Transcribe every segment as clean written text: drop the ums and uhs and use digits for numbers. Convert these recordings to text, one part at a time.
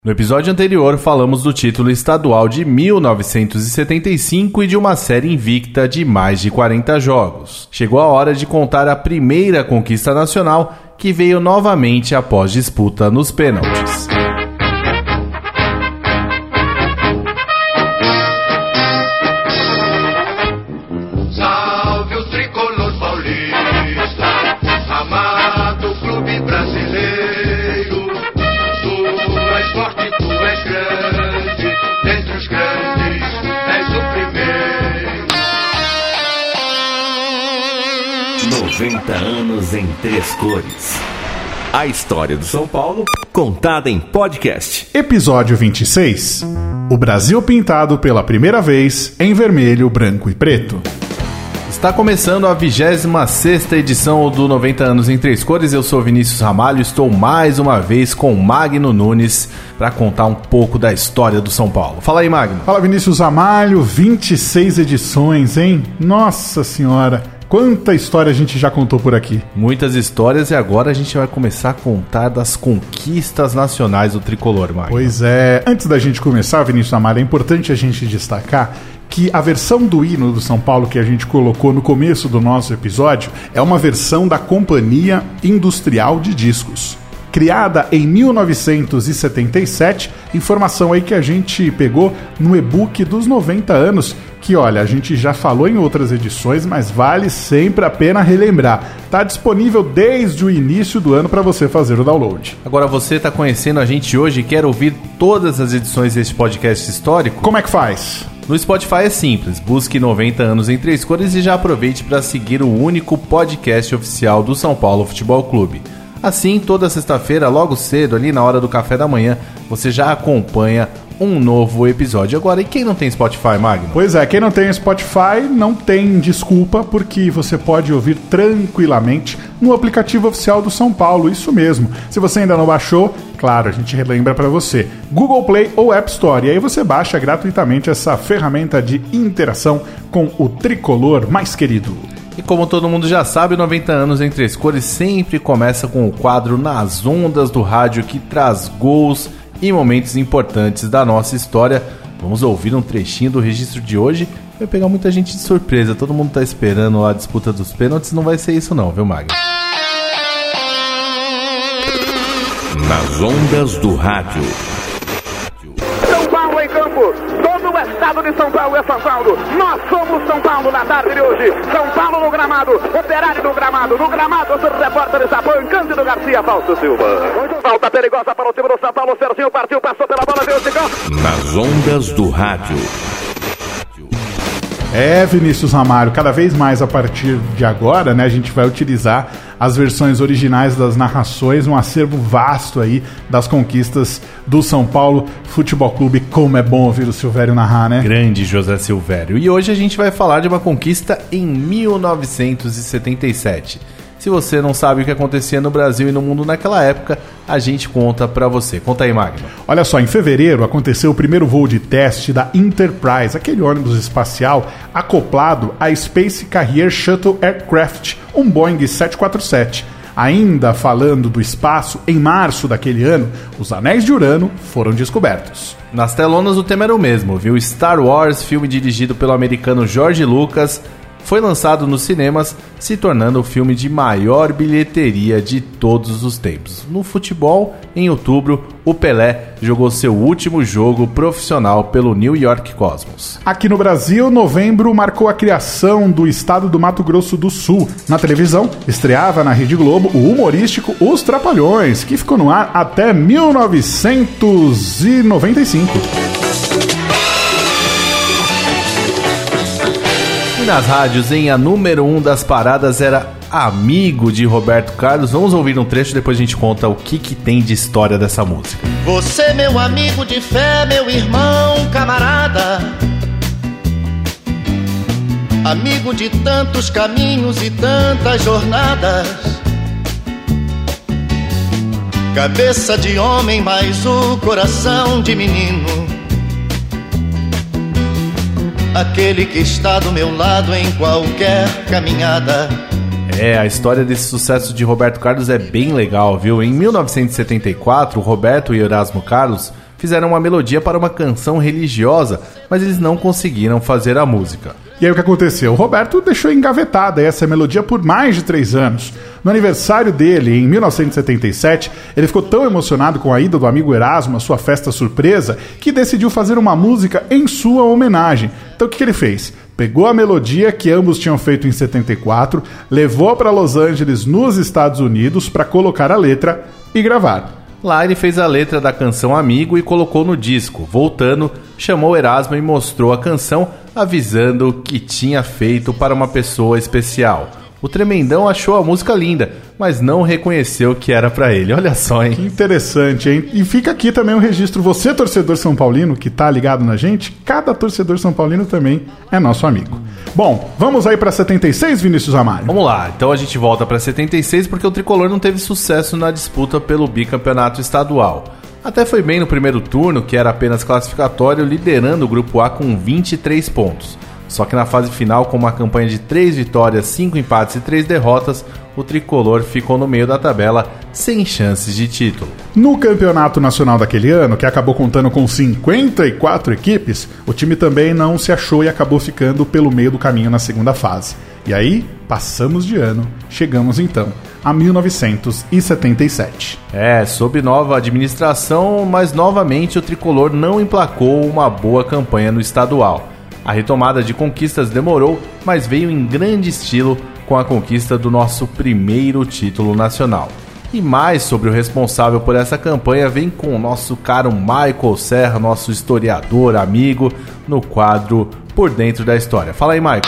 No episódio anterior, falamos do título estadual de 1975 e de uma série invicta de mais de 40 jogos. Chegou a hora de contar a primeira conquista nacional, que veio novamente após disputa nos pênaltis. Salve o tricolor paulista, amado clube brasileiro. Tu és forte, tu és grande, dentre os grandes és o primeiro. 90 anos em 3 cores. A história do São Paulo contada em podcast. Episódio 26. O Brasil pintado pela primeira vez em vermelho, branco e preto. Está começando a 26ª edição do 90 anos em 3 cores. Eu sou Vinícius Ramalho e estou mais uma vez com Magno Nunes para contar um pouco da história do São Paulo. Fala aí, Magno. Fala, Vinícius Ramalho, 26 edições, hein? Nossa Senhora, quanta história a gente já contou por aqui. Muitas histórias e agora a gente vai começar a contar das conquistas nacionais do tricolor, Magno. Pois é, antes da gente começar, Vinícius Ramalho, é importante a gente destacar que a versão do hino do São Paulo que a gente colocou no começo do nosso episódio é uma versão da Companhia Industrial de Discos. Criada em 1977, informação aí que a gente pegou no e-book dos 90 anos, que olha, a gente já falou em outras edições, mas vale sempre a pena relembrar. Está disponível desde o início do ano para você fazer o download. Agora você está conhecendo a gente hoje e quer ouvir todas as edições deste podcast histórico? Como é que faz? No Spotify é simples, busque 90 anos em 3 cores e já aproveite para seguir o único podcast oficial do São Paulo Futebol Clube. Assim, toda sexta-feira, logo cedo, ali na hora do café da manhã, você já acompanha um novo episódio. Agora, e quem não tem Spotify, Magno? Pois é, quem não tem Spotify não tem desculpa, porque você pode ouvir tranquilamente no aplicativo oficial do São Paulo, isso mesmo. Se você ainda não baixou, claro, a gente relembra para você, Google Play ou App Store, e aí você baixa gratuitamente essa ferramenta de interação com o tricolor mais querido. E como todo mundo já sabe, 90 anos em 3 cores sempre começa com o quadro Nas Ondas do Rádio, que traz gols e momentos importantes da nossa história. Vamos ouvir um trechinho do registro de hoje. Vai pegar muita gente de surpresa, todo mundo tá esperando a disputa dos pênaltis, não vai ser isso não, viu, Magno? Nas Ondas do Rádio. São Paulo em campo, todo o estado de São Paulo é São Paulo. Nós somos São Paulo na tarde de hoje. São Paulo no gramado, Operário no gramado o repórter está Cândido Garcia, Fausto Silva. Falta perigosa para o time do São Paulo, Serginho partiu, passou pela bola, veio de gol. Nas Ondas do Rádio. É, Vinícius Ramalho, cada vez mais a partir de agora, né, a gente vai utilizar as versões originais das narrações, um acervo vasto aí das conquistas do São Paulo Futebol Clube. Como é bom ouvir o Silvério narrar, né? Grande José Silvério. E hoje a gente vai falar de uma conquista em 1977. Se você não sabe o que acontecia no Brasil e no mundo naquela época, a gente conta pra você. Conta aí, Magno. Olha só, em fevereiro aconteceu o primeiro voo de teste da Enterprise, aquele ônibus espacial acoplado à Space Carrier Shuttle Aircraft, um Boeing 747. Ainda falando do espaço, em março daquele ano, os anéis de Urano foram descobertos. Nas telonas o tema era o mesmo, viu? Star Wars, filme dirigido pelo americano George Lucas, foi lançado nos cinemas, se tornando o filme de maior bilheteria de todos os tempos. No futebol, em outubro, o Pelé jogou seu último jogo profissional pelo New York Cosmos. Aqui no Brasil, novembro marcou a criação do estado do Mato Grosso do Sul. Na televisão, estreava na Rede Globo o humorístico Os Trapalhões, que ficou no ar até 1995. E nas rádios, a número 1 das paradas era Amigo de Roberto Carlos. Vamos ouvir um trecho, depois a gente conta o que tem de história dessa música. Você, meu amigo de fé, meu irmão, camarada, amigo de tantos caminhos e tantas jornadas, cabeça de homem, mas o coração de menino, aquele que está do meu lado em qualquer caminhada. É, a história desse sucesso de Roberto Carlos é bem legal, viu? Em 1974, o Roberto e Erasmo Carlos fizeram uma melodia para uma canção religiosa, mas eles não conseguiram fazer a música. E aí o que aconteceu? O Roberto deixou engavetada essa melodia por mais de 3 anos. No aniversário dele, em 1977, ele ficou tão emocionado com a ida do amigo Erasmo à sua festa surpresa que decidiu fazer uma música em sua homenagem. Então o que ele fez? Pegou a melodia que ambos tinham feito em 74, levou para Los Angeles, nos Estados Unidos, para colocar a letra e gravar. Lá ele fez a letra da canção Amigo e colocou no disco. Voltando, chamou Erasmo e mostrou a canção, avisando que tinha feito para uma pessoa especial. O Tremendão achou a música linda, mas não reconheceu que era pra ele. Olha só, hein? Que interessante, hein? E fica aqui também um registro. Você, torcedor são paulino, que tá ligado na gente, cada torcedor são paulino também é nosso amigo. Bom, vamos aí pra 76, Vinícius Amaro? Vamos lá, então a gente volta pra 76 porque o Tricolor não teve sucesso na disputa pelo bicampeonato estadual. Até foi bem no primeiro turno, que era apenas classificatório, liderando o Grupo A com 23 pontos. Só que na fase final, com uma campanha de 3 vitórias, 5 empates e 3 derrotas, o Tricolor ficou no meio da tabela, sem chances de título. No campeonato nacional daquele ano, que acabou contando com 54 equipes, o time também não se achou e acabou ficando pelo meio do caminho na segunda fase. E aí, passamos de ano, chegamos então a 1977. Sob nova administração, mas novamente o Tricolor não emplacou uma boa campanha no estadual. A retomada de conquistas demorou, mas veio em grande estilo com a conquista do nosso primeiro título nacional. E mais sobre o responsável por essa campanha vem com o nosso caro Michael Serra, nosso historiador, amigo, no quadro Por Dentro da História. Fala aí, Michael.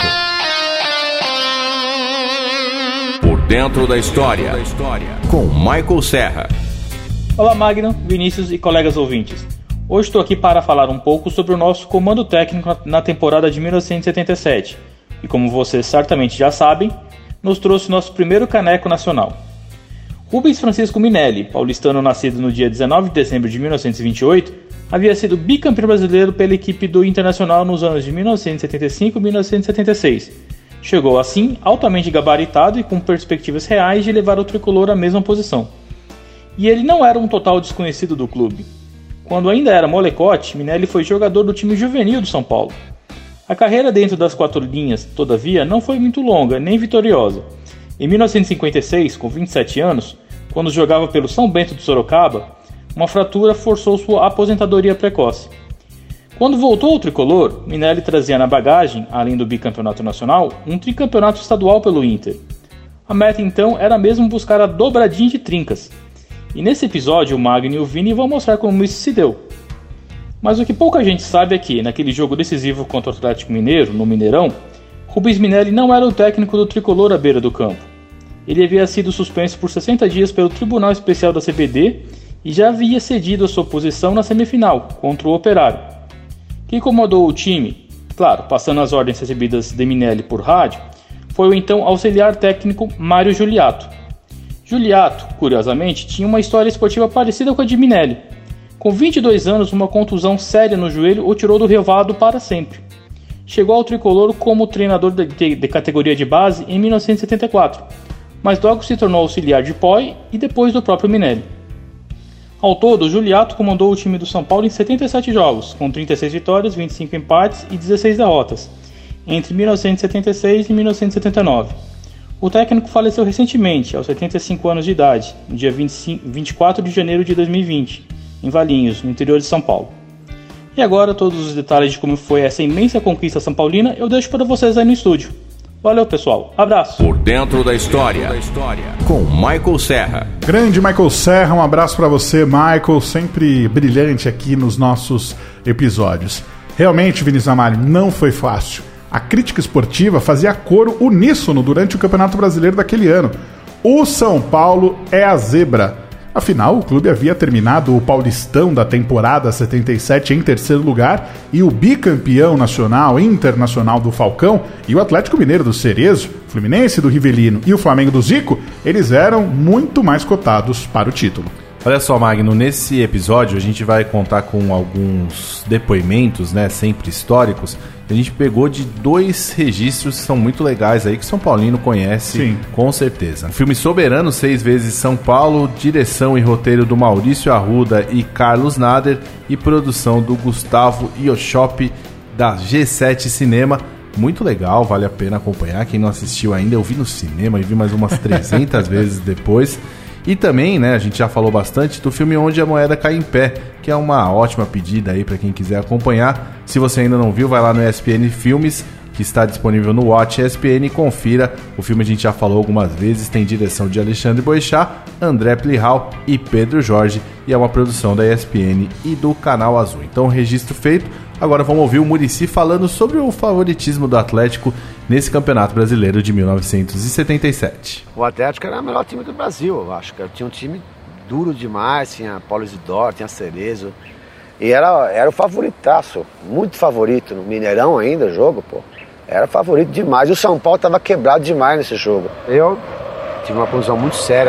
Por Dentro da História, com Michael Serra. Olá, Magno, Vinícius e colegas ouvintes. Hoje estou aqui para falar um pouco sobre o nosso comando técnico na temporada de 1977, e como vocês certamente já sabem, nos trouxe nosso primeiro caneco nacional. Rubens Francisco Minelli, paulistano nascido no dia 19 de dezembro de 1928, havia sido bicampeão brasileiro pela equipe do Internacional nos anos de 1975 e 1976. Chegou assim altamente gabaritado e com perspectivas reais de levar o tricolor à mesma posição. E ele não era um total desconhecido do clube. Quando ainda era molecote, Minelli foi jogador do time juvenil do São Paulo. A carreira dentro das 4 linhas, todavia, não foi muito longa, nem vitoriosa. Em 1956, com 27 anos, quando jogava pelo São Bento de Sorocaba, uma fratura forçou sua aposentadoria precoce. Quando voltou ao tricolor, Minelli trazia na bagagem, além do bicampeonato nacional, um tricampeonato estadual pelo Inter. A meta então era mesmo buscar a dobradinha de trincas. E nesse episódio o Magno e o Vini vão mostrar como isso se deu. Mas o que pouca gente sabe é que, naquele jogo decisivo contra o Atlético Mineiro, no Mineirão, Rubens Minelli não era o técnico do tricolor à beira do campo. Ele havia sido suspenso por 60 dias pelo Tribunal Especial da CBD e já havia cedido a sua posição na semifinal, contra o Operário. Quem comandou o time, claro, passando as ordens recebidas de Minelli por rádio, foi o então auxiliar técnico Mário Giuliato. Giuliato, curiosamente, tinha uma história esportiva parecida com a de Minelli. Com 22 anos, uma contusão séria no joelho o tirou do relvado para sempre. Chegou ao tricolor como treinador de categoria de base em 1974, mas logo se tornou auxiliar de Poi e depois do próprio Minelli. Ao todo, Giuliato comandou o time do São Paulo em 77 jogos, com 36 vitórias, 25 empates e 16 derrotas, entre 1976 e 1979. O técnico faleceu recentemente, aos 75 anos de idade, no dia 24 de janeiro de 2020, em Valinhos, no interior de São Paulo. E agora, todos os detalhes de como foi essa imensa conquista são paulina, eu deixo para vocês aí no estúdio. Valeu, pessoal. Abraço. Por Dentro da História, com Michael Serra. Grande Michael Serra, um abraço para você, Michael, sempre brilhante aqui nos nossos episódios. Realmente, Vinícius Amaro, não foi fácil. A crítica esportiva fazia coro uníssono durante o Campeonato Brasileiro daquele ano. O São Paulo é a zebra. Afinal, o clube havia terminado o Paulistão da temporada 77 em terceiro lugar e o bicampeão nacional e internacional do Falcão e o Atlético Mineiro do Cerezo, Fluminense do Rivelino e o Flamengo do Zico, eles eram muito mais cotados para o título. Olha só, Magno, nesse episódio a gente vai contar com alguns depoimentos, né, sempre históricos. A gente pegou de 2 registros que são muito legais aí, que São Paulino conhece. Sim. Com certeza. O filme Soberano, 6 vezes São Paulo, direção e roteiro do Maurício Arruda e Carlos Nader e produção do Gustavo Ioshop da G7 Cinema. Muito legal, vale a pena acompanhar. Quem não assistiu ainda, eu vi no cinema e vi mais umas 300 vezes depois. E também, né, a gente já falou bastante do filme Onde a Moeda Cai em Pé, que é uma ótima pedida aí para quem quiser acompanhar. Se você ainda não viu, vai lá no ESPN Filmes, que está disponível no Watch ESPN, e confira. O filme a gente já falou algumas vezes, tem direção de Alexandre Boechat, André Plihal e Pedro Jorge, e é uma produção da ESPN e do Canal Azul. Então, registro feito. Agora vamos ouvir o Muricy falando sobre o favoritismo do Atlético nesse Campeonato Brasileiro de 1977. O Atlético era o melhor time do Brasil, eu acho. Tinha um time duro demais, tinha Paulo Isidoro, tinha Cerezo. E era o favoritaço, muito favorito. No Mineirão ainda, o jogo, pô. Era favorito demais. E o São Paulo estava quebrado demais nesse jogo. Eu tive uma contusão muito séria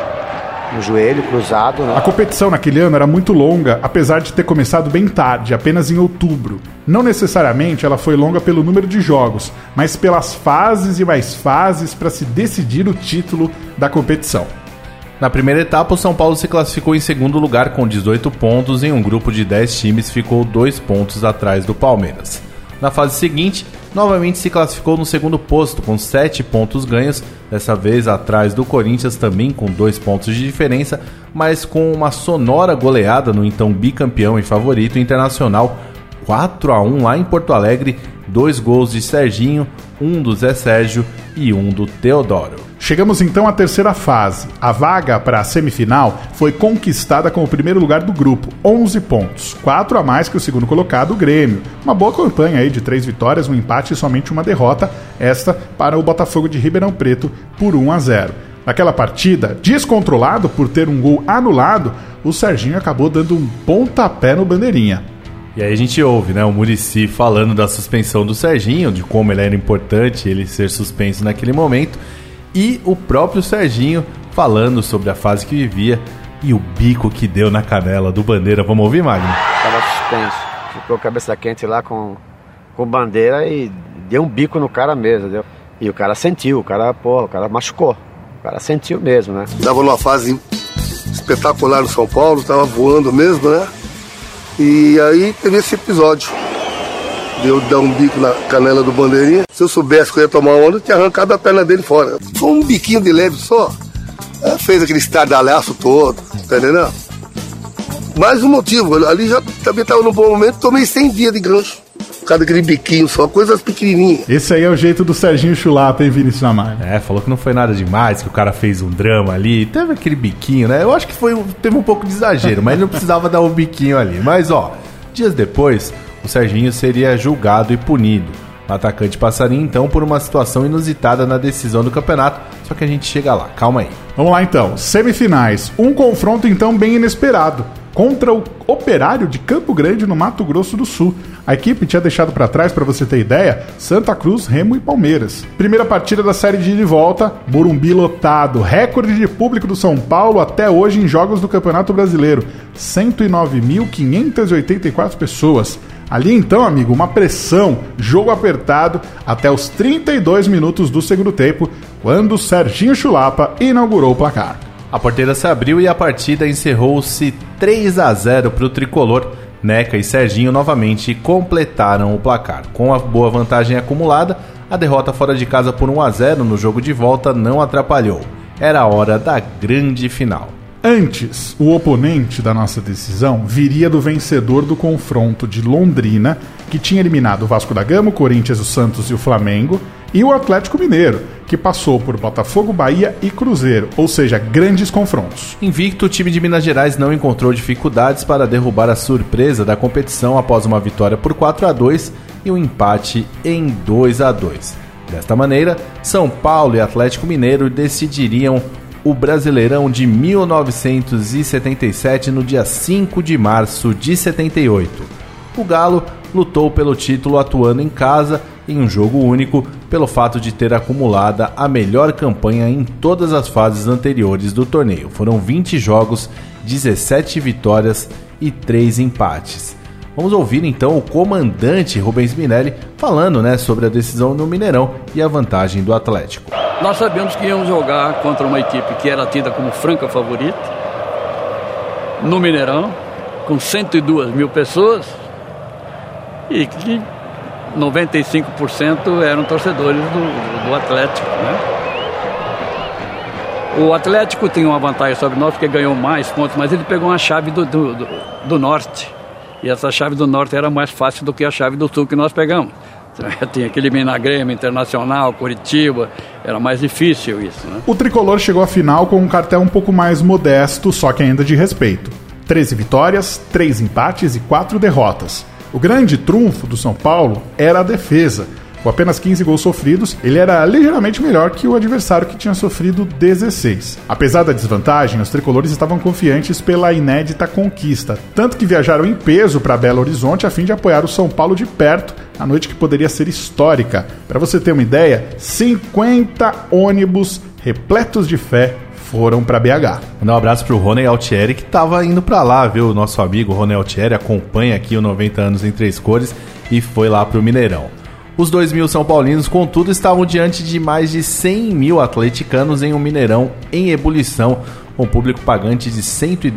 no joelho, cruzado, né? A competição naquele ano era muito longa, apesar de ter começado bem tarde, apenas em outubro. Não necessariamente ela foi longa pelo número de jogos, mas pelas fases e mais fases para se decidir o título da competição. Na primeira etapa, o São Paulo se classificou em segundo lugar com 18 pontos, em um grupo de 10 times ficou 2 pontos atrás do Palmeiras. Na fase seguinte, novamente se classificou no segundo posto com 7 pontos ganhos, dessa vez atrás do Corinthians também com 2 pontos de diferença, mas com uma sonora goleada no então bicampeão e favorito Internacional, 4-1 lá em Porto Alegre, 2 gols de Serginho, um do Zé Sérgio e um do Teodoro. Chegamos então à terceira fase. A vaga para a semifinal foi conquistada com o primeiro lugar do grupo, 11 pontos, 4 a mais que o segundo colocado, o Grêmio. Uma boa campanha aí de 3 vitórias, um empate e somente uma derrota, esta para o Botafogo de Ribeirão Preto por 1-0. Naquela partida, descontrolado por ter um gol anulado, o Serginho acabou dando um pontapé no bandeirinha. E aí a gente ouve, né, o Muricy falando da suspensão do Serginho, de como ele era importante ele ser suspenso naquele momento, e o próprio Serginho falando sobre a fase que vivia e o bico que deu na canela do Bandeira. Vamos ouvir, Magno? Tava suspenso, ficou cabeça quente lá com Bandeira e deu um bico no cara mesmo, deu? E o cara sentiu, o cara machucou, o cara sentiu mesmo, né? Tava numa fase espetacular no São Paulo, tava voando mesmo, né? E aí teve esse episódio. Deu dar um bico na canela do Bandeirinha. Se eu soubesse que eu ia tomar onda, eu tinha arrancado a perna dele fora. Foi um biquinho de leve só. Fez aquele estardalhaço todo, tá entendendo? Mais um motivo, ali já também estava num bom momento, tomei 100 dias de gancho. Por causa daquele biquinho só, coisas pequenininhas. Esse aí é o jeito do Serginho Chulapa, hein, Vinícius Amar? Falou que não foi nada demais, que o cara fez um drama ali, teve aquele biquinho, né? Eu acho que teve um pouco de exagero, mas não precisava dar um biquinho ali. Mas, dias depois, o Serginho seria julgado e punido. O atacante passaria, então, por uma situação inusitada na decisão do campeonato, só que a gente chega lá, calma aí. Vamos lá, então. Semifinais. Um confronto, então, bem inesperado. Contra o Operário de Campo Grande, no Mato Grosso do Sul. A equipe tinha deixado para trás, para você ter ideia, Santa Cruz, Remo e Palmeiras. Primeira partida da série de ida e volta, Morumbi lotado, recorde de público do São Paulo até hoje em jogos do Campeonato Brasileiro, 109.584 pessoas. Ali então, amigo, uma pressão, jogo apertado até os 32 minutos do segundo tempo, quando Serginho Chulapa inaugurou o placar. A porteira se abriu e a partida encerrou-se 3-0 para o tricolor. Neca e Serginho novamente completaram o placar. Com a boa vantagem acumulada, a derrota fora de casa por 1-0 no jogo de volta não atrapalhou. Era a hora da grande final. Antes, o oponente da nossa decisão viria do vencedor do confronto de Londrina, que tinha eliminado o Vasco da Gama, o Corinthians, o Santos e o Flamengo, e o Atlético Mineiro, que passou por Botafogo, Bahia e Cruzeiro, ou seja, grandes confrontos. Invicto, o time de Minas Gerais não encontrou dificuldades para derrubar a surpresa da competição após uma vitória por 4-2 e um empate em 2-2. Desta maneira, São Paulo e Atlético Mineiro decidiriam o Brasileirão de 1977 no dia 5 de março de 78. O Galo lutou pelo título atuando em casa em um jogo único pelo fato de ter acumulado a melhor campanha em todas as fases anteriores do torneio. Foram 20 jogos 17 vitórias e 3 empates. Vamos ouvir então o comandante Rubens Minelli falando, né, sobre a decisão no Mineirão e a vantagem do Atlético. Nós sabemos que íamos jogar contra uma equipe que era tida como franca favorita no Mineirão, com 102 mil pessoas, e que 95% eram torcedores do Atlético, né? O Atlético tem uma vantagem sobre nós porque ganhou mais pontos, mas ele pegou uma chave do Norte. E essa chave do Norte era mais fácil do que a chave do Sul que nós pegamos. Tinha que eliminar Grêmio, Internacional, Curitiba, era mais difícil isso, né? O tricolor chegou à final com um cartel um pouco mais modesto, só que ainda de respeito. 13 vitórias, 3 empates e 4 derrotas. O grande trunfo do São Paulo era a defesa. Com apenas 15 gols sofridos, ele era ligeiramente melhor que o adversário que tinha sofrido 16. Apesar da desvantagem, os tricolores estavam confiantes pela inédita conquista, tanto que viajaram em peso para Belo Horizonte a fim de apoiar o São Paulo de perto, a noite que poderia ser histórica. Para você ter uma ideia, 50 ônibus repletos de fé foram para BH. Mandar um abraço pro Rony Altieri, que estava indo para lá, viu? O nosso amigo Rony Altieri acompanha aqui o 90 anos em 3 cores e foi lá pro Mineirão. Os 2.000 São Paulinos, contudo, estavam diante de mais de 100 mil atleticanos em um Mineirão em ebulição, com público pagante de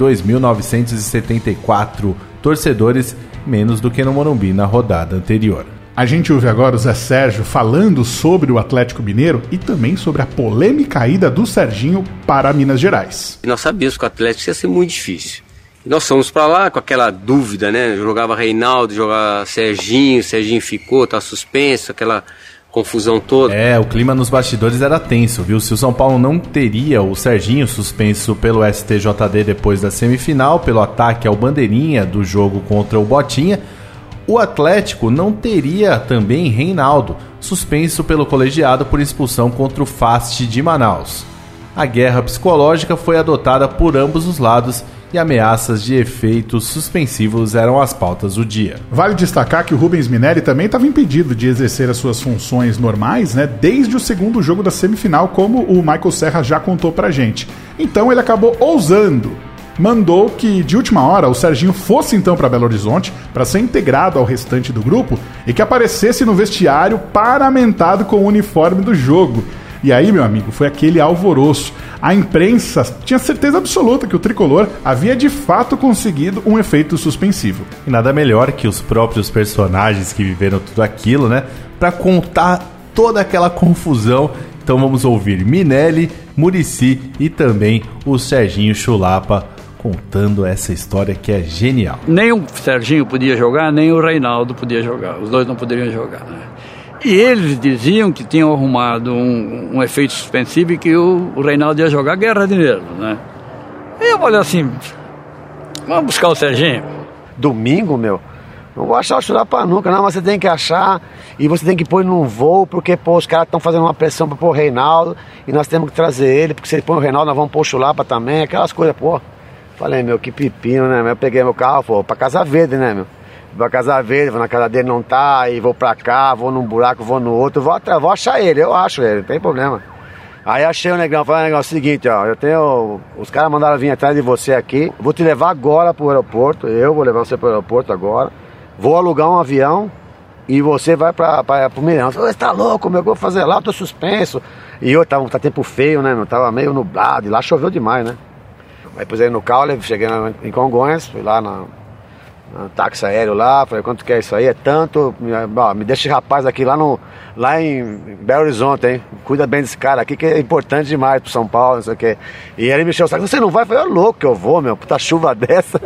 102.974 torcedores, menos do que no Morumbi na rodada anterior. A gente ouve agora o Zé Sérgio falando sobre o Atlético Mineiro e também sobre a polêmica ida do Serginho para Minas Gerais. Nós sabíamos que o Atlético ia ser muito difícil. E nós fomos para lá com aquela dúvida, né? Jogava Reinaldo, jogava Serginho ficou, tá suspenso, aquela confusão toda. O clima nos bastidores era tenso, viu? Se o São Paulo não teria o Serginho suspenso pelo STJD depois da semifinal, pelo ataque ao bandeirinha do jogo contra o Botinha, o Atlético não teria também Reinaldo, suspenso pelo colegiado por expulsão contra o Fast de Manaus. A guerra psicológica foi adotada por ambos os lados e ameaças de efeitos suspensivos eram as pautas do dia. Vale destacar que o Rubens Minelli também estava impedido de exercer as suas funções normais, né, desde o segundo jogo da semifinal, como o Michael Serra já contou pra gente. Então ele acabou ousando. Mandou que, de última hora, o Serginho fosse então para Belo Horizonte para ser integrado ao restante do grupo e que aparecesse no vestiário paramentado com o uniforme do jogo. E aí, meu amigo, foi aquele alvoroço. A imprensa tinha certeza absoluta que o tricolor havia de fato conseguido um efeito suspensivo. E nada melhor que os próprios personagens que viveram tudo aquilo, né, para contar toda aquela confusão. Então vamos ouvir Minelli, Muricy e também o Serginho Chulapa contando essa história que é genial. Nem o Serginho podia jogar, nem o Reinaldo podia jogar. Os dois não poderiam jogar, né? E eles diziam que tinham arrumado um efeito suspensivo e que o Reinaldo ia jogar guerra de nervos, né? E eu falei assim, vamos buscar o Serginho. Domingo, meu, não vou achar o Chulapa nunca, não, mas você tem que achar e você tem que pôr num voo, porque, pô, os caras estão fazendo uma pressão pra pôr o Reinaldo e nós temos que trazer ele, porque se ele põe o Reinaldo, nós vamos pôr o Chulapa também, aquelas coisas, pô. Falei, meu, que pepino, né, meu? Eu peguei meu carro, pô, pra Casa Verde, né, meu? Vou pra Casa Verde, vou na casa dele, não tá, aí vou pra cá, vou num buraco, vou no outro, vou achar ele, eu acho ele, não tem problema. Aí achei o Negrão, falei, Negrão, é o seguinte, ó, os caras mandaram vir atrás de você aqui, vou te levar agora pro aeroporto, eu vou levar você pro aeroporto agora, vou alugar um avião e você vai pro Mineirão. Você tá louco, meu, o que eu vou fazer lá, eu tô suspenso. E eu tá tempo feio, né, meu, tava meio nublado, e lá choveu demais, né. Aí pus ele no carro, cheguei em Congonhas, fui lá no táxi aéreo lá, falei, quanto que é isso aí? É tanto, me deixa esse rapaz aqui lá em Belo Horizonte, hein? Cuida bem desse cara aqui, que é importante demais pro São Paulo, não sei o quê. E ele me encheu o saco, você não vai? Eu falei, é louco que eu vou, meu, puta chuva dessa.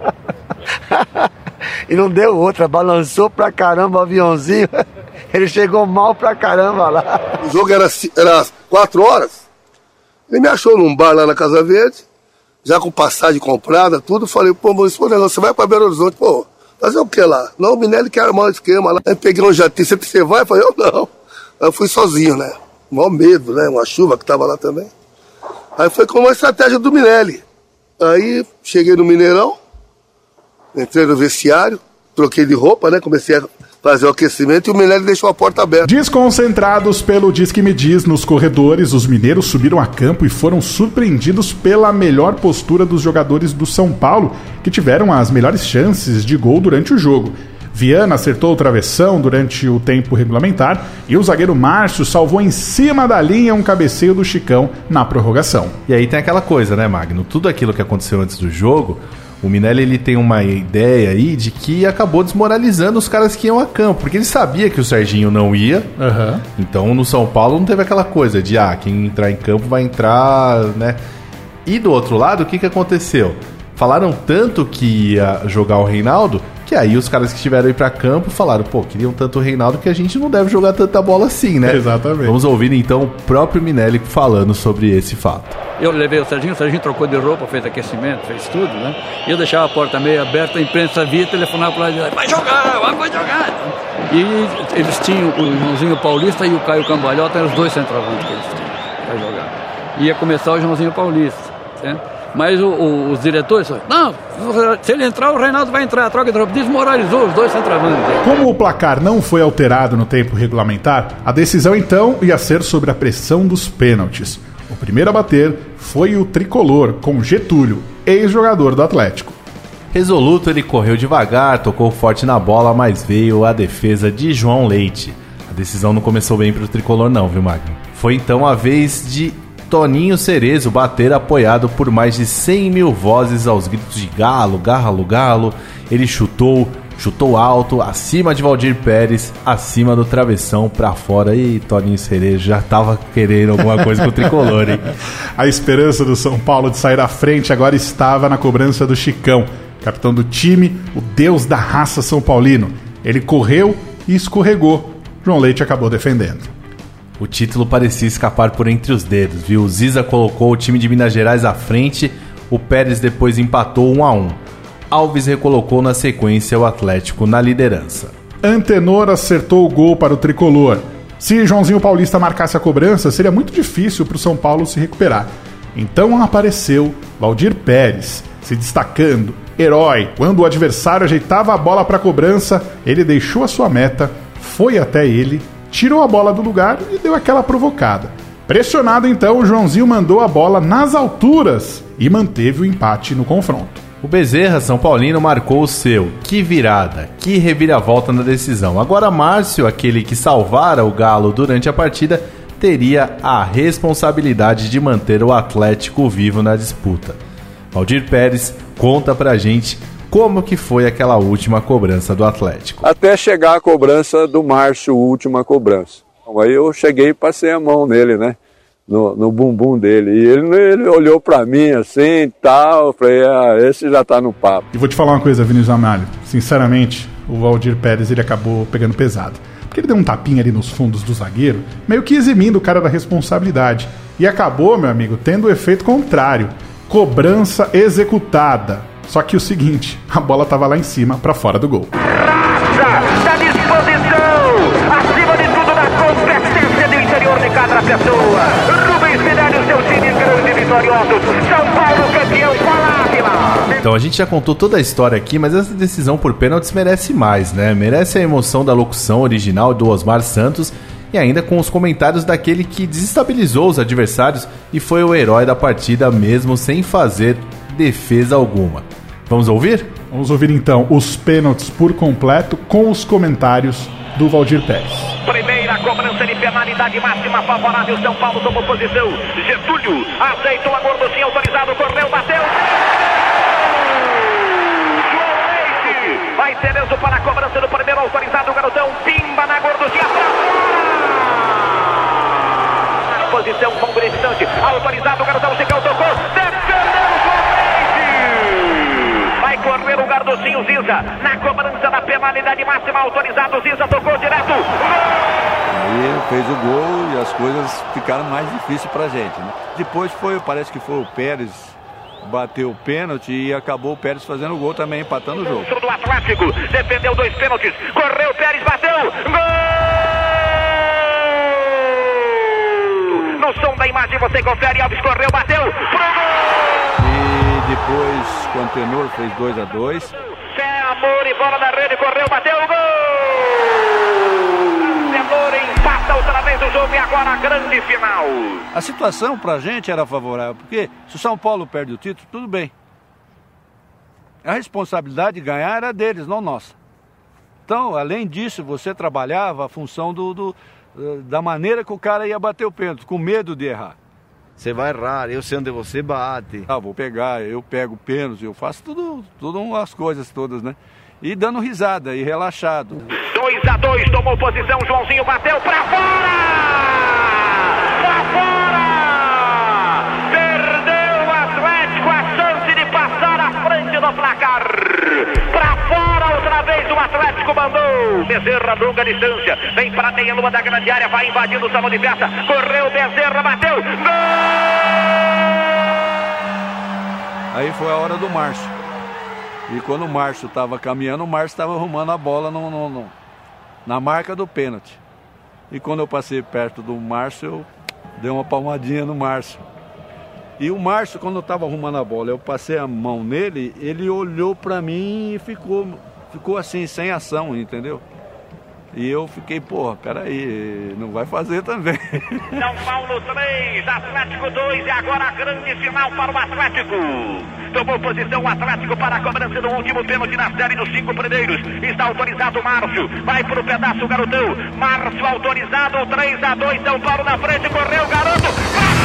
E não deu outra, balançou pra caramba o aviãozinho, ele chegou mal pra caramba lá. O jogo era 4 horas, ele me achou num bar lá na Casa Verde, já com passagem comprada, tudo, falei, pô, você vai pra Belo Horizonte, pô, fazer o que lá? Não, o Minelli quer armar um esquema lá. Aí peguei um jatinho, você vai? Eu falei, eu não. Aí eu fui sozinho, né? Maior medo, né? Uma chuva que tava lá também. Aí foi como uma estratégia do Minelli. Aí cheguei no Mineirão, entrei no vestiário, troquei de roupa, né? Comecei a fazer o aquecimento e o Minelli deixou a porta aberta. Desconcentrados pelo Diz que me diz nos corredores, os mineiros subiram a campo e foram surpreendidos pela melhor postura dos jogadores do São Paulo, que tiveram as melhores chances de gol durante o jogo. Viana acertou o travessão durante o tempo regulamentar e o zagueiro Márcio salvou em cima da linha um cabeceio do Chicão na prorrogação. E aí tem aquela coisa, né, Magno? Tudo aquilo que aconteceu antes do jogo, o Minelli ele tem uma ideia aí de que acabou desmoralizando os caras que iam a campo, porque ele sabia que o Serginho não ia. Então no São Paulo não teve aquela coisa de quem entrar em campo vai entrar, né? E do outro lado, o que aconteceu? Falaram tanto que ia jogar o Reinaldo, que aí os caras que estiveram aí pra campo falaram, queriam tanto o Reinaldo que a gente não deve jogar tanta bola assim, né? Exatamente. Vamos ouvir então o próprio Minelli falando sobre esse fato. Eu levei o Serginho trocou de roupa, fez aquecimento, fez tudo, né? E eu deixava a porta meio aberta, a imprensa via, telefonava pra lá e dizia, vai jogar! E eles tinham o Joãozinho Paulista e o Caio Cambalhota, eram os dois centroavantes que eles tinham pra jogar. Ia começar o Joãozinho Paulista, certo? Mas os diretores falaram, não, se ele entrar, o Reinaldo vai entrar, troca de roupa. Desmoralizou os dois centroavantes. Como o placar não foi alterado no tempo regulamentar, a decisão então ia ser sobre a pressão dos pênaltis. O primeiro a bater foi o tricolor, com Getúlio, ex-jogador do Atlético. Resoluto, ele correu devagar, tocou forte na bola, mas veio a defesa de João Leite. A decisão não começou bem pro tricolor não, viu, Magno? Foi então a vez de Toninho Cerezo bater apoiado por mais de 100 mil vozes aos gritos de Galo, Galo, Galo. Ele chutou alto, acima de Valdir Pérez, acima do travessão, pra fora. E Toninho Cerezo já tava querendo alguma coisa com o tricolor, hein? A esperança do São Paulo de sair à frente agora estava na cobrança do Chicão, capitão do time, o deus da raça São Paulino. Ele correu e escorregou. João Leite acabou defendendo. O título parecia escapar por entre os dedos, viu? O Ziza colocou o time de Minas Gerais à frente, o Pérez depois empatou 1-1. Alves recolocou na sequência o Atlético na liderança. Antenor acertou o gol para o tricolor. Se Joãozinho Paulista marcasse a cobrança, seria muito difícil para o São Paulo se recuperar. Então apareceu Valdir Pérez, se destacando, herói. Quando o adversário ajeitava a bola para a cobrança, ele deixou a sua meta, foi até ele, tirou a bola do lugar e deu aquela provocada. Pressionado então, o Joãozinho mandou a bola nas alturas e manteve o empate no confronto. O Bezerra, São Paulino, marcou o seu. Que virada, que reviravolta na decisão. Agora Márcio, aquele que salvara o Galo durante a partida, teria a responsabilidade de manter o Atlético vivo na disputa. Valdir Pérez conta pra gente como que foi aquela última cobrança do Atlético. Até chegar a cobrança do Márcio, última cobrança. Então, aí eu cheguei e passei a mão nele, né? No bumbum dele. E ele olhou pra mim assim e tal. Eu falei, esse já tá no papo. E vou te falar uma coisa, Vinícius Amália. Sinceramente, o Valdir Pérez ele acabou pegando pesado. Porque ele deu um tapinha ali nos fundos do zagueiro, meio que eximindo o cara da responsabilidade. E acabou, meu amigo, tendo o efeito contrário. Cobrança executada. Só que o seguinte, a bola tava lá em cima, pra fora do gol. Raça da disposição, acima de tudo da competência do interior de cada pessoa. Rubens Minelli, seu time grande e vitorioso. São Paulo campeão com a Ávila. Então a gente já contou toda a história aqui, mas essa decisão por pênaltis merece mais, né? Merece a emoção da locução original do Osmar Santos e ainda com os comentários daquele que desestabilizou os adversários e foi o herói da partida mesmo sem fazer defesa alguma. Vamos ouvir? Vamos ouvir então os pênaltis por completo com os comentários do Valdir Pérez. Primeira cobrança de penalidade máxima favorável. São Paulo tomou posição. Getúlio aceitou a gorduchinha, autorizado, correu, bateu. João Leite vai Cerezo para a cobrança do primeiro autorizado. O garotão pimba na gorduchinha pra fora. Posição, bomba de distante. Autorizado, o garotão chegou, tocou. Correr o Gardocinho Ziza na cobrança da penalidade máxima, autorizado. Ziza tocou direto. Aí ele fez o gol e as coisas ficaram mais difíceis pra gente, né? Depois parece que foi o Pérez, bateu o pênalti e acabou o Pérez fazendo o gol também, empatando o jogo. Do Atlético, defendeu 2 pênaltis, correu o Pérez, bateu. Gol! No som da imagem você confere, Alves correu, bateu. Pro gol! Depois, com o Antenor, fez 2-2. Fé, amor e bola na rede, correu, bateu o gol! agora a grande final. A situação pra gente era favorável, porque se o São Paulo perde o título, tudo bem. A responsabilidade de ganhar era deles, não nossa. Então, além disso, você trabalhava a função da maneira que o cara ia bater o pênalti, com medo de errar. Você vai errar, eu sei onde você bate. Vou pegar, eu pego o pênalti, eu faço tudo as coisas todas, né? E dando risada e relaxado. 2-2, tomou posição, Joãozinho bateu pra fora! Pra fora! Perdeu o Atlético a chance de passar à frente do placar. Pra fora outra vez o Atlético mandou. Bezerra, longa distância, vem pra meia lua da grande área, vai invadindo o salão de festa. Correu Bezerra, bateu. Gol! Aí foi a hora do Márcio. E quando o Márcio estava caminhando, o Márcio estava arrumando a bola na marca do pênalti. E quando eu passei perto do Márcio, eu dei uma palmadinha no Márcio. E o Márcio, quando eu estava arrumando a bola, eu passei a mão nele, ele olhou para mim e ficou assim, sem ação, entendeu? E eu fiquei, peraí, não vai fazer também. São Paulo 3, Atlético 2 e agora a grande final para o Atlético. Tomou posição o Atlético para a cobrança do último pênalti na série dos 5 primeiros. Está autorizado o Márcio, vai para o pedaço o garotão. Márcio autorizado, 3-2, São Paulo na frente, correu o garoto, pra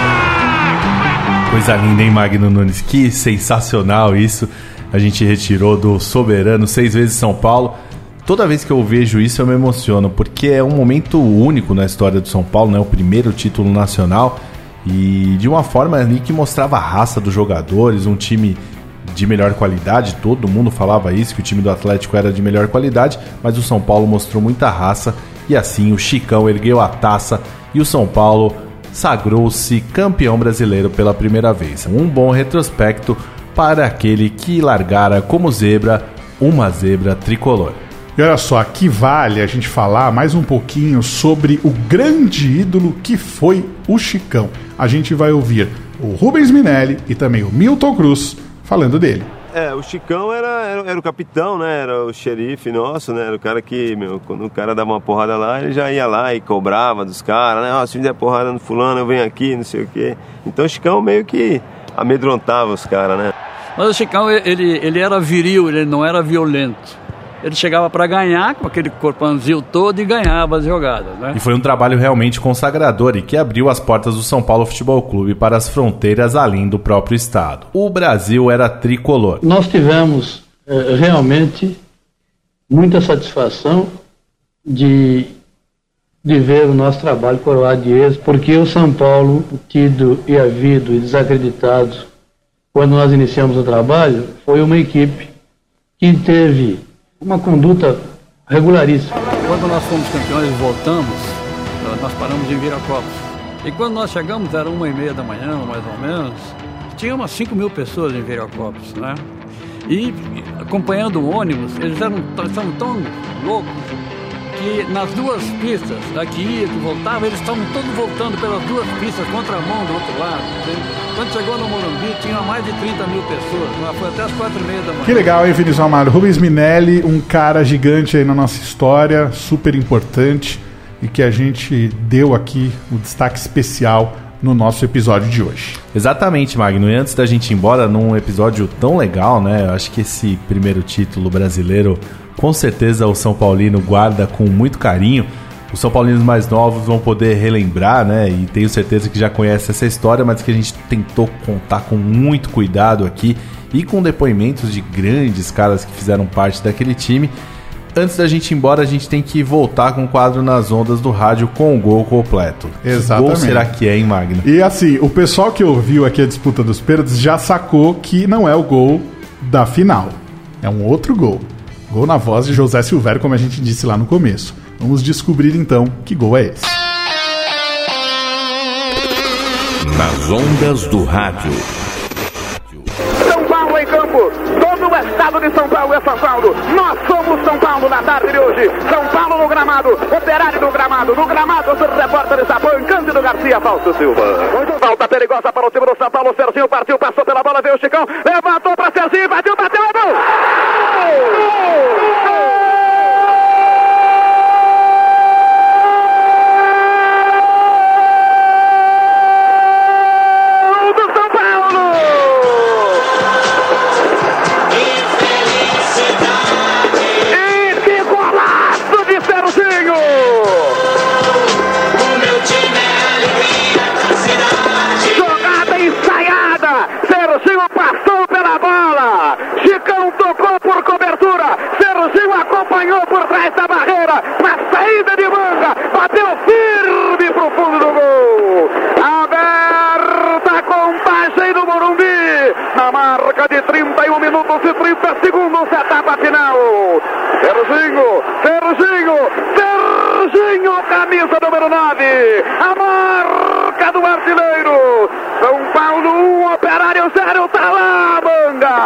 fora! Coisa linda, hein, Magno Nunes? Que sensacional isso. A gente retirou do soberano 6 vezes São Paulo. Toda vez que eu vejo isso eu me emociono, porque é um momento único na história do São Paulo, né? O primeiro título nacional, e de uma forma ali que mostrava a raça dos jogadores, um time de melhor qualidade. Todo mundo falava isso, que o time do Atlético era de melhor qualidade, mas o São Paulo mostrou muita raça, e assim o Chicão ergueu a taça e o São Paulo sagrou-se campeão brasileiro pela primeira vez. Um bom retrospecto para aquele que largara como zebra uma zebra tricolor. E olha só, aqui vale a gente falar mais um pouquinho sobre o grande ídolo que foi o Chicão. A gente vai ouvir o Rubens Minelli e também o Milton Cruz falando dele. O Chicão era o capitão, né? Era o xerife nosso, né? Era o cara que, quando o cara dava uma porrada lá, ele já ia lá e cobrava dos caras, né? Se der porrada no fulano, eu venho aqui, não sei o quê. Então o Chicão meio que amedrontava os caras, né? Mas o Chicão, ele era viril, ele não era violento. Ele chegava para ganhar com aquele corpãozinho todo e ganhava as jogadas, né? E foi um trabalho realmente consagrador e que abriu as portas do São Paulo Futebol Clube para as fronteiras além do próprio estado. O Brasil era tricolor. Nós tivemos realmente muita satisfação de ver o nosso trabalho coroado de êxito, porque o São Paulo, tido e havido e desacreditado quando nós iniciamos o trabalho, foi uma equipe que teve uma conduta regularíssima. Quando nós fomos campeões e voltamos, nós paramos em Viracopos. E quando nós chegamos, era 1h30 da manhã, mais ou menos, tinha umas 5 mil pessoas em Viracopos, né? E acompanhando o ônibus, eles estavam tão loucos que nas duas pistas, daqui ia, que voltava, eles estavam todos voltando pelas duas pistas, contramão do outro lado. Entende? Quando chegou no Morumbi, tinha mais de 30 mil pessoas. Foi até as 4h30 da manhã. Que legal, hein, Vinícius Amaro? Rubens Minelli, um cara gigante aí na nossa história, super importante, e que a gente deu aqui um destaque especial no nosso episódio de hoje. Exatamente, Magno. E antes da gente ir embora, num episódio tão legal, né? Eu acho que esse primeiro título brasileiro, com certeza o São Paulino guarda com muito carinho. Os São Paulinos mais novos vão poder relembrar, né? E tenho certeza que já conhece essa história, mas que a gente tentou contar com muito cuidado aqui e com depoimentos de grandes caras que fizeram parte daquele time. Antes da gente ir embora, a gente tem que voltar com o quadro Nas Ondas do Rádio com o gol completo. Exatamente. Que gol será que é, hein, Magno? E assim, o pessoal que ouviu aqui a disputa dos pênaltis já sacou que não é o gol da final. É um outro gol. Gol na voz de José Silvério, como a gente disse lá no começo. Vamos descobrir então que gol é esse. Nas Ondas do Rádio. São Paulo em campo. Todo o estado de São Paulo é São Paulo. Nós somos São Paulo na tarde de hoje. São Paulo no gramado. Operário no gramado. No gramado, o repórter está Cândido Garcia, Fausto Silva. Muito falta perigosa para o time do São Paulo. Serginho partiu, passou pela bola, veio o Chicão. Levantou para Serginho, bateu, é gol! acompanhou por trás da barreira, na saída de manga, bateu firme pro fundo do gol. Aberta a contagem do Morumbi, na marca de 31 minutos e 30 segundos, etapa final. Serginho, camisa número 9, a marca do artilheiro. São Paulo 1, Operário 0, tá lá, manga.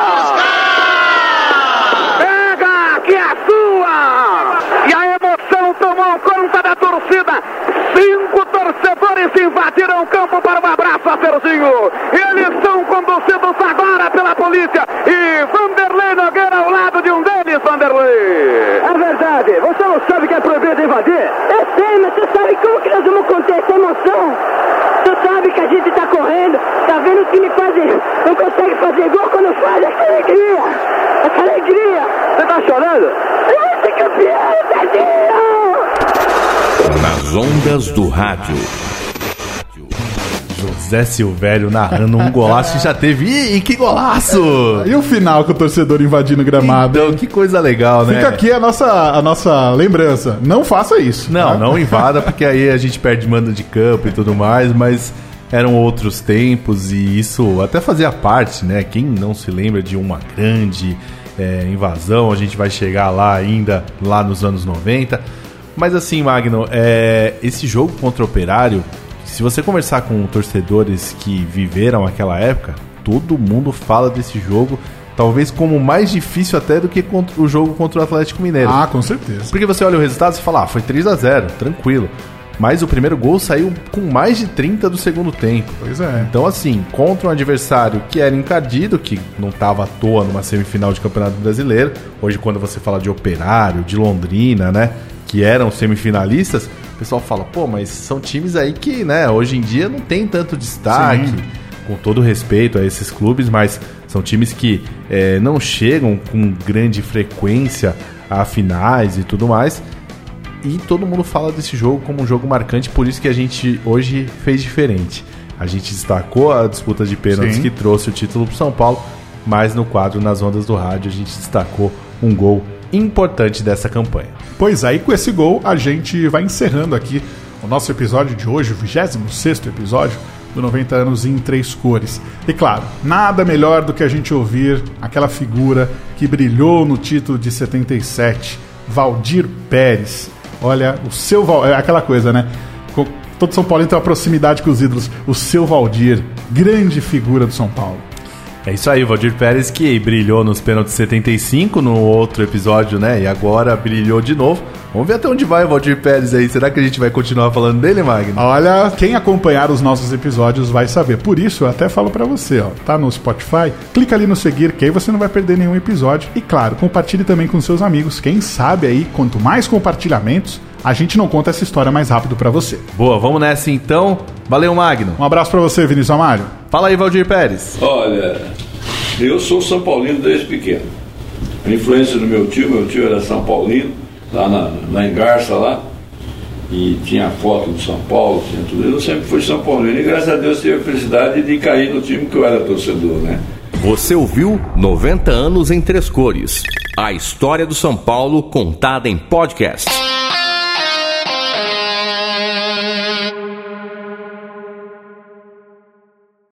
Pega, que é sua! E a emoção tomou conta da torcida. 5 torcedores invadiram o campo para um abraço a Serginho. Eles são conduzidos agora pela polícia. E Vanderlei Nogueira ao lado de um deles, Vanderlei. É verdade, você não sabe que é proibido invadir? Eu sei, mas você sabe como que nós vamos conter essa emoção? Você sabe que a gente tá correndo, tá vendo o time quase não consegue fazer gol quando faz essa alegria. Você tá chorando? Eu sou campeão, Serginho! Nas ondas do rádio. José Silvério narrando um golaço que já teve. E que golaço! E o final com o torcedor invadindo o gramado. Então, que coisa legal, né? Fica aqui a nossa lembrança. Não faça isso. Não, não invada, porque aí a gente perde mando de campo e tudo mais, mas eram outros tempos e isso até fazia parte, né? Quem não se lembra de uma grande invasão, a gente vai chegar lá ainda, lá nos anos 90. Mas assim, Magno, esse jogo contra o Operário, se você conversar com torcedores que viveram aquela época, todo mundo fala desse jogo, talvez como mais difícil até do que o jogo contra o Atlético Mineiro. Ah, com certeza. Porque você olha o resultado e fala, foi 3-0, tranquilo. Mas o primeiro gol saiu com mais de 30 do segundo tempo. Pois é. Então assim, contra um adversário que era encardido, que não estava à toa numa semifinal de Campeonato Brasileiro, hoje quando você fala de Operário, de Londrina, né, que eram semifinalistas, o pessoal fala, pô, mas são times aí que, né, hoje em dia não tem tanto destaque. Sim. Com todo respeito a esses clubes, mas são times que não chegam com grande frequência a finais e tudo mais. E todo mundo fala desse jogo como um jogo marcante, por isso que a gente hoje fez diferente. A gente destacou a disputa de pênaltis que trouxe o título para São Paulo, mas no quadro Nas Ondas do Rádio a gente destacou um gol importante dessa campanha. Pois aí, com esse gol, a gente vai encerrando aqui o nosso episódio de hoje, o 26º episódio do 90 anos em 3 cores. E claro, nada melhor do que a gente ouvir aquela figura que brilhou no título de 77, Valdir Pérez. Olha, o seu aquela coisa, né? Todo São Paulo tem uma proximidade com os ídolos. O seu Valdir, grande figura do São Paulo. É isso aí, o Valdir Pérez que brilhou nos pênaltis 75 no outro episódio, né? E agora brilhou de novo. Vamos ver até onde vai o Valdir Pérez aí. Será que a gente vai continuar falando dele, Magno? Olha, quem acompanhar os nossos episódios vai saber. Por isso, eu até falo pra você, ó, tá no Spotify, clica ali no seguir, que aí você não vai perder nenhum episódio. E claro, compartilhe também com seus amigos. Quem sabe aí, quanto mais compartilhamentos, a gente não conta essa história mais rápido pra você. Boa, vamos nessa então. Valeu, Magno. Um abraço pra você, Vinícius Amário. Fala aí, Valdir Pérez. Olha, eu sou São Paulino desde pequeno. A influência do meu tio era São Paulino, lá na Engarça lá, e tinha foto do São Paulo, tinha tudo. Eu sempre fui São Paulino e graças a Deus tive a felicidade de cair no time que eu era torcedor, né? Você ouviu 90 anos em 3 cores. A história do São Paulo contada em podcast.